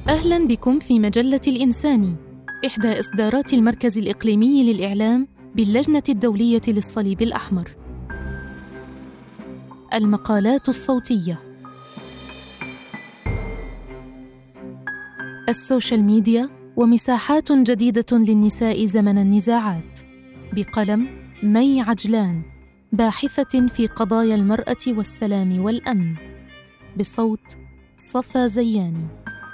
أهلاً بكم في مجلة الإنساني، إحدى إصدارات المركز الإقليمي للإعلام باللجنة الدولية للصليب الأحمر. المقالات الصوتية. السوشيال ميديا ومساحات جديدة للنساء زمن النزاعات، بقلم مي عجلان، باحثة في قضايا المرأة والسلام والأمن، بصوت صفا زياني.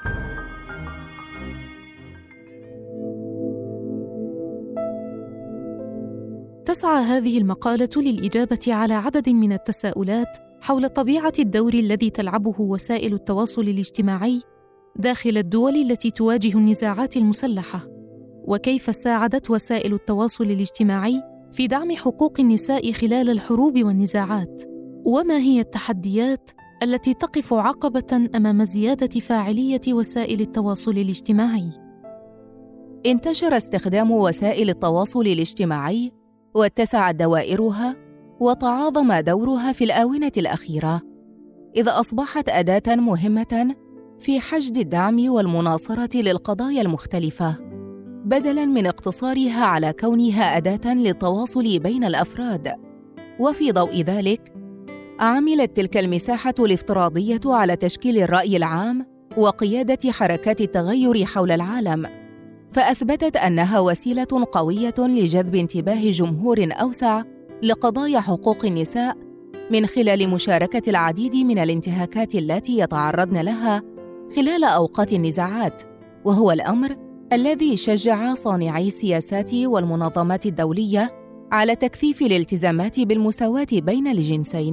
تسعى هذه المقالة للإجابة على عدد من التساؤلات حول طبيعة الدور الذي تلعبه وسائل التواصل الاجتماعي داخل الدول التي تواجه النزاعات المسلحة، وكيف ساعدت وسائل التواصل الاجتماعي في دعم حقوق النساء خلال الحروب والنزاعات، وما هي التحديات التي تقف عقبة أمام زيادة فاعلية وسائل التواصل الاجتماعي. انتشر استخدام وسائل التواصل الاجتماعي واتسعت دوائرها وتعاظم دورها في الآونة الأخيرة، إذ أصبحت أداة مهمة في حشد الدعم والمناصرة للقضايا المختلفة، بدلاً من اقتصارها على كونها أداة للتواصل بين الأفراد. وفي ضوء ذلك، عملت تلك المساحة الافتراضية على تشكيل الرأي العام وقيادة حركات التغير حول العالم، فأثبتت أنها وسيلة قوية لجذب انتباه جمهور أوسع لقضايا حقوق النساء من خلال مشاركة العديد من الانتهاكات التي يتعرضن لها خلال أوقات النزاعات، وهو الأمر الذي شجع صانعي السياسات والمنظمات الدولية على تكثيف الالتزامات بالمساواة بين الجنسين.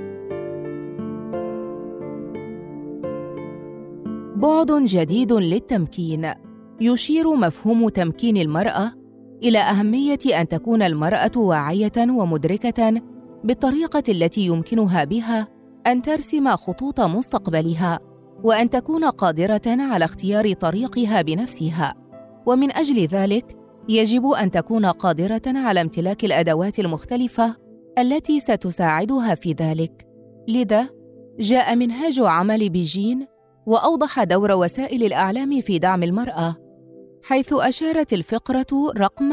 بعد جديد للتمكين. يشير مفهوم تمكين المرأة إلى أهمية أن تكون المرأة واعية ومدركة بالطريقة التي يمكنها بها أن ترسم خطوط مستقبلها، وأن تكون قادرة على اختيار طريقها بنفسها، ومن أجل ذلك يجب أن تكون قادرة على امتلاك الأدوات المختلفة التي ستساعدها في ذلك. لذا جاء منهاج عمل بيجين وأوضح دور وسائل الإعلام في دعم المرأة، حيث أشارت الفقرة رقم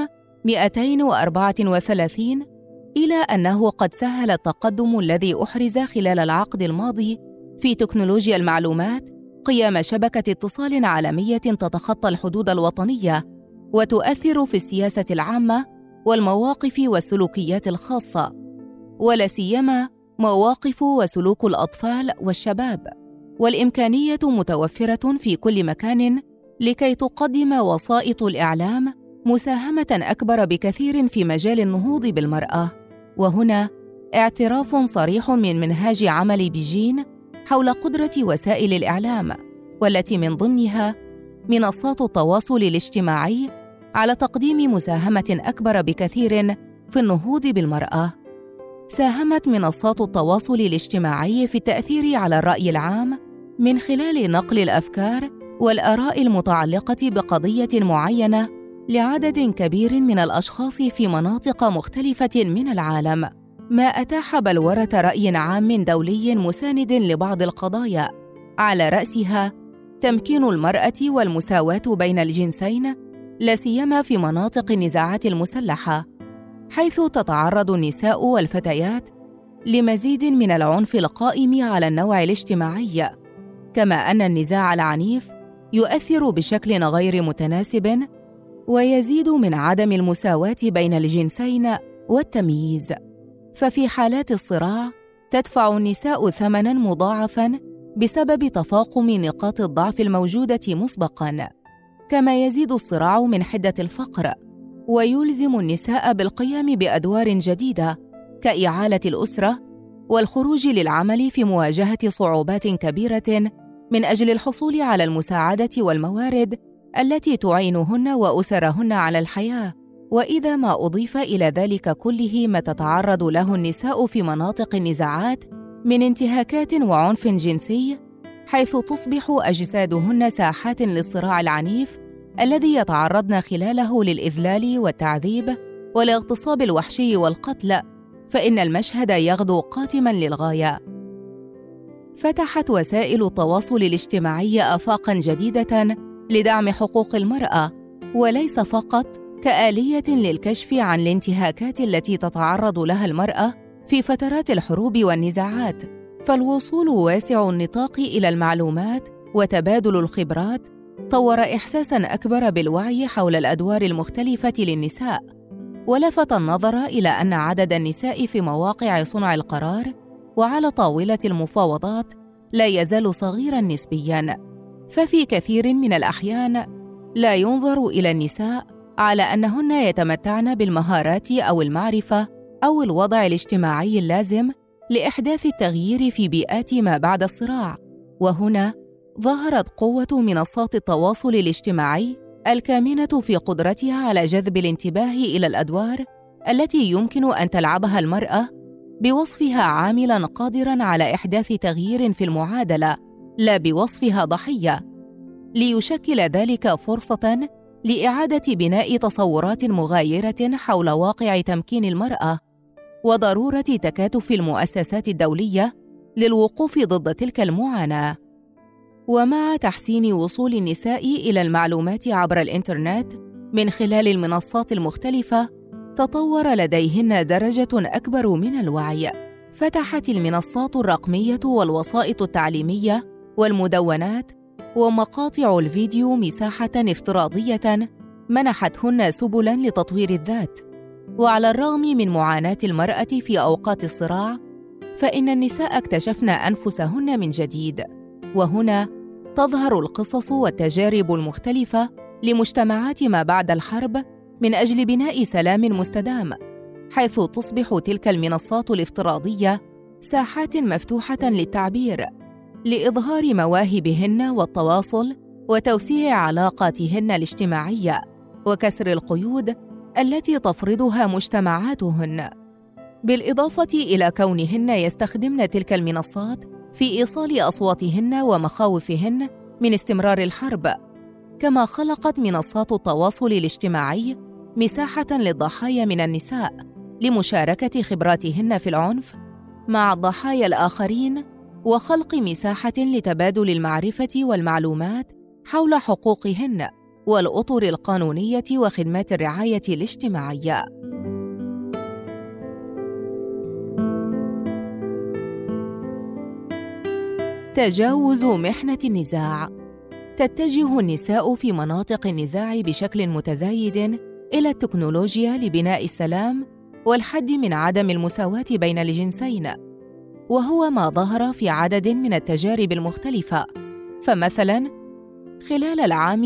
234 إلى أنه قد سهل التقدم الذي أحرز خلال العقد الماضي في تكنولوجيا المعلومات قيام شبكة اتصال عالمية تتخطى الحدود الوطنية وتؤثر في السياسة العامة والمواقف والسلوكيات الخاصة، ولا سيما مواقف وسلوك الأطفال والشباب، والإمكانية متوفرة في كل مكان لكي تقدم وسائط الإعلام مساهمة أكبر بكثير في مجال النهوض بالمرأة. وهنا اعتراف صريح من منهاج عمل بيجين حول قدرة وسائل الإعلام، والتي من ضمنها منصات التواصل الاجتماعي، على تقديم مساهمة أكبر بكثير في النهوض بالمرأة. ساهمت منصات التواصل الاجتماعي في التأثير على الرأي العام من خلال نقل الأفكار والآراء المتعلقة بقضية معينة لعدد كبير من الأشخاص في مناطق مختلفة من العالم، ما أتاح بلورة رأي عام دولي مساند لبعض القضايا، على رأسها تمكين المرأة والمساواة بين الجنسين، لا سيما في مناطق النزاعات المسلحة، حيث تتعرض النساء والفتيات لمزيد من العنف القائم على النوع الاجتماعي، كما أن النزاع العنيف يؤثر بشكل غير متناسب ويزيد من عدم المساواة بين الجنسين والتمييز. ففي حالات الصراع تدفع النساء ثمناً مضاعفاً بسبب تفاقم نقاط الضعف الموجودة مسبقاً، كما يزيد الصراع من حدة الفقر ويلزم النساء بالقيام بأدوار جديدة كإعالة الأسرة والخروج للعمل في مواجهة صعوبات كبيرة من أجل الحصول على المساعدة والموارد التي تعينهن وأسرهن على الحياة. وإذا ما أضيف إلى ذلك كله ما تتعرض له النساء في مناطق النزاعات من انتهاكات وعنف جنسي، حيث تصبح أجسادهن ساحات للصراع العنيف الذي يتعرضن خلاله للإذلال والتعذيب والاغتصاب الوحشي والقتل، فإن المشهد يغدو قاتماً للغاية. فتحت وسائل التواصل الاجتماعي آفاقاً جديدة لدعم حقوق المرأة، وليس فقط كآلية للكشف عن الانتهاكات التي تتعرض لها المرأة في فترات الحروب والنزاعات، فالوصول واسع النطاق إلى المعلومات وتبادل الخبرات طور إحساساً أكبر بالوعي حول الأدوار المختلفة للنساء، ولفت النظر إلى أن عدد النساء في مواقع صنع القرار وعلى طاولة المفاوضات لا يزال صغيراً نسبياً، ففي كثير من الأحيان لا ينظر إلى النساء على أنهن يتمتعن بالمهارات أو المعرفة أو الوضع الاجتماعي اللازم لإحداث التغيير في بيئات ما بعد الصراع. وهنا ظهرت قوة منصات التواصل الاجتماعي الكامنة في قدرتها على جذب الانتباه إلى الأدوار التي يمكن أن تلعبها المرأة، بوصفها عاملاً قادراً على إحداث تغيير في المعادلة لا بوصفها ضحية، ليشكل ذلك فرصة لإعادة بناء تصورات مغايرة حول واقع تمكين المرأة وضرورة تكاتف المؤسسات الدولية للوقوف ضد تلك المعاناة. ومع تحسين وصول النساء إلى المعلومات عبر الإنترنت من خلال المنصات المختلفة، تطور لديهن درجة أكبر من الوعي. فتحت المنصات الرقمية والوسائط التعليمية والمدونات ومقاطع الفيديو مساحة افتراضية منحتهن سبلاً لتطوير الذات. وعلى الرغم من معاناة المرأة في أوقات الصراع، فإن النساء اكتشفن أنفسهن من جديد. وهنا تظهر القصص والتجارب المختلفة لمجتمعات ما بعد الحرب من أجل بناء سلام مستدام، حيث تصبح تلك المنصات الافتراضية ساحات مفتوحة للتعبير، لإظهار مواهبهن والتواصل وتوسيع علاقاتهن الاجتماعية وكسر القيود التي تفرضها مجتمعاتهن، بالإضافة إلى كونهن يستخدمن تلك المنصات في إيصال أصواتهن ومخاوفهن من استمرار الحرب. كما خلقت منصات التواصل الاجتماعي مساحة للضحايا من النساء لمشاركة خبراتهن في العنف مع الضحايا الآخرين، وخلق مساحة لتبادل المعرفة والمعلومات حول حقوقهن والأطر القانونية وخدمات الرعاية الاجتماعية. تجاوز محنة النزاع. تتجه النساء في مناطق النزاع بشكل متزايد إلى التكنولوجيا لبناء السلام والحد من عدم المساواة بين الجنسين، وهو ما ظهر في عدد من التجارب المختلفة. فمثلاً خلال العام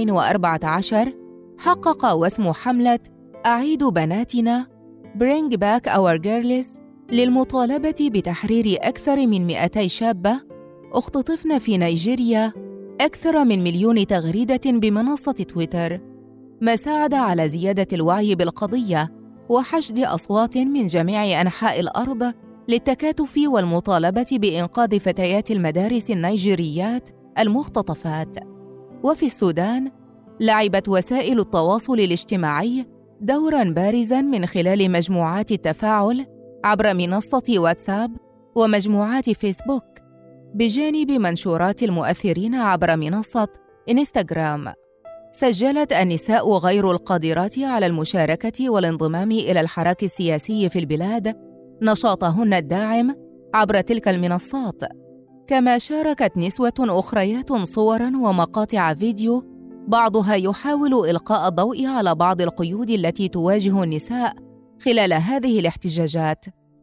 2014 حقق وسم حملة أعيد بناتنا Bring Back Our Girls للمطالبة بتحرير أكثر من 200 شابة اختطفن في نيجيريا أكثر من 1,000,000 تغريدة بمنصة تويتر، ما ساعد على زيادة الوعي بالقضية وحشد أصوات من جميع أنحاء الأرض للتكاتف والمطالبة بإنقاذ فتيات المدارس النيجيريات المختطفات. وفي السودان لعبت وسائل التواصل الاجتماعي دوراً بارزاً من خلال مجموعات التفاعل عبر منصة واتساب ومجموعات فيسبوك، بجانب منشورات المؤثرين عبر منصة إنستغرام. سجلت النساء غير القادرات على المشاركة والانضمام إلى الحراك السياسي في البلاد نشاطهن الداعم عبر تلك المنصات، كما شاركت نسوة أخريات صوراً ومقاطع فيديو بعضها يحاول إلقاء الضوء على بعض القيود التي تواجه النساء خلال هذه الاحتجاجات.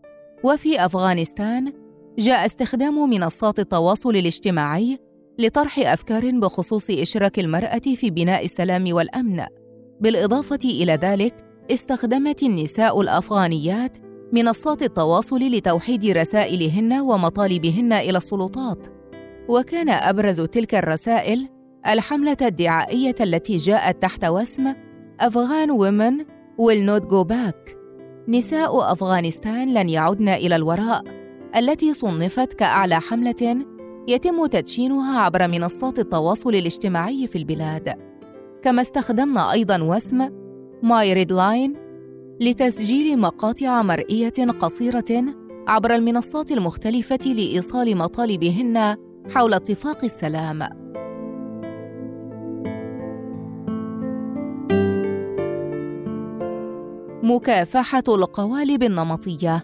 وفي أفغانستان جاء استخدام منصات التواصل الاجتماعي لطرح أفكار بخصوص إشراك المرأة في بناء السلام والأمن. بالإضافة إلى ذلك، استخدمت النساء الأفغانيات منصات التواصل لتوحيد رسائلهن ومطالبهن إلى السلطات، وكان أبرز تلك الرسائل الحملة الدعائية التي جاءت تحت وسم أفغان Women will not go back، نساء أفغانستان لن يعودن إلى الوراء، التي صنفت كأعلى حملة يتم تدشينها عبر منصات التواصل الاجتماعي في البلاد. كما استخدمنا أيضاً وسم My Red Line لتسجيل مقاطع مرئية قصيرة عبر المنصات المختلفة لإيصال مطالبهن حول اتفاق السلام. مكافحة القوالب النمطية.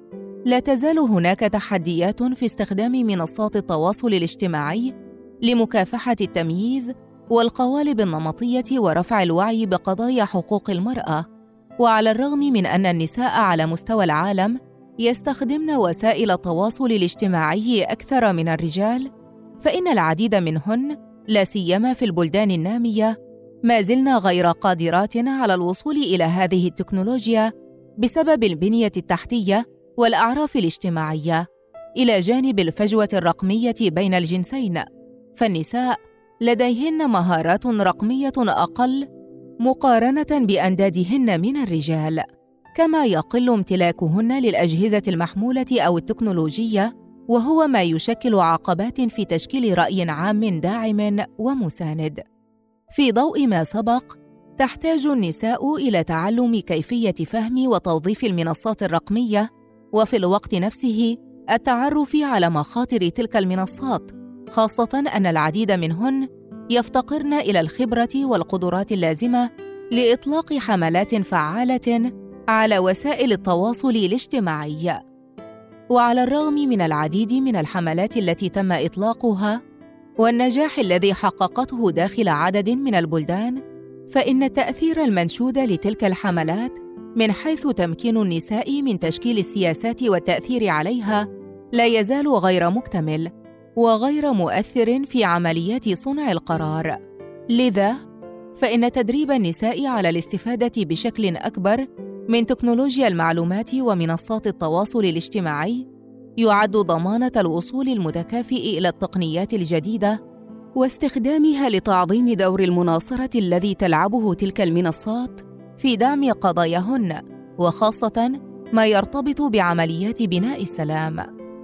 لا تزال هناك تحديات في استخدام منصات التواصل الاجتماعي لمكافحة التمييز والقوالب النمطية ورفع الوعي بقضايا حقوق المرأة. وعلى الرغم من أن النساء على مستوى العالم يستخدمن وسائل التواصل الاجتماعي أكثر من الرجال، فإن العديد منهن، لا سيما في البلدان النامية، ما زلن غير قادرات على الوصول إلى هذه التكنولوجيا بسبب البنية التحتية والأعراف الاجتماعية. إلى جانب الفجوة الرقمية بين الجنسين، فالنساء لديهن مهارات رقمية أقل مقارنة بأندادهن من الرجال، كما يقل امتلاكهن للأجهزة المحمولة أو التكنولوجية، وهو ما يشكل عقبات في تشكيل رأي عام داعم ومساند. في ضوء ما سبق، تحتاج النساء إلى تعلم كيفية فهم وتوظيف المنصات الرقمية، وفي الوقت نفسه التعرف على مخاطر تلك المنصات، خاصة أن العديد منهن يفتقرن إلى الخبرة والقدرات اللازمة لإطلاق حملات فعالة على وسائل التواصل الاجتماعي. وعلى الرغم من العديد من الحملات التي تم إطلاقها والنجاح الذي حققته داخل عدد من البلدان، فإن التأثير المنشود لتلك الحملات من حيث تمكين النساء من تشكيل السياسات والتأثير عليها لا يزال غير مكتمل وغير مؤثر في عمليات صنع القرار. لذا فإن تدريب النساء على الاستفادة بشكل أكبر من تكنولوجيا المعلومات ومنصات التواصل الاجتماعي يعد ضمانة الوصول المتكافئ إلى التقنيات الجديدة واستخدامها لتعظيم دور المناصرة الذي تلعبه تلك المنصات في دعم قضاياهن، وخاصة ما يرتبط بعمليات بناء السلام.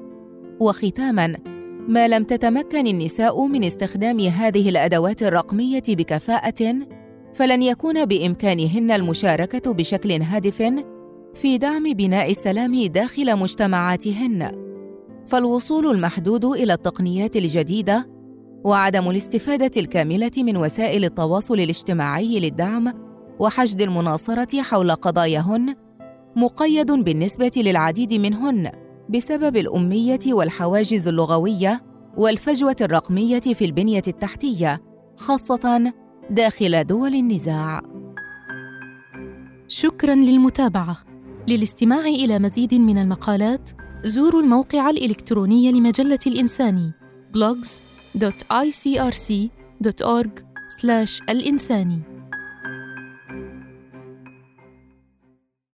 وختاماً، ما لم تتمكن النساء من استخدام هذه الأدوات الرقمية بكفاءة، فلن يكون بإمكانهن المشاركة بشكل هادف في دعم بناء السلام داخل مجتمعاتهن. فالوصول المحدود إلى التقنيات الجديدة وعدم الاستفادة الكاملة من وسائل التواصل الاجتماعي للدعم وحشد المناصرة حول قضاياهن مقيد بالنسبة للعديد منهن بسبب الأمية والحواجز اللغوية والفجوة الرقمية في البنية التحتية، خاصة داخل دول النزاع. شكراً للمتابعة. للاستماع إلى مزيد من المقالات، زوروا الموقع الإلكتروني لمجلة الإنساني blogs.icrc.org/الإنساني.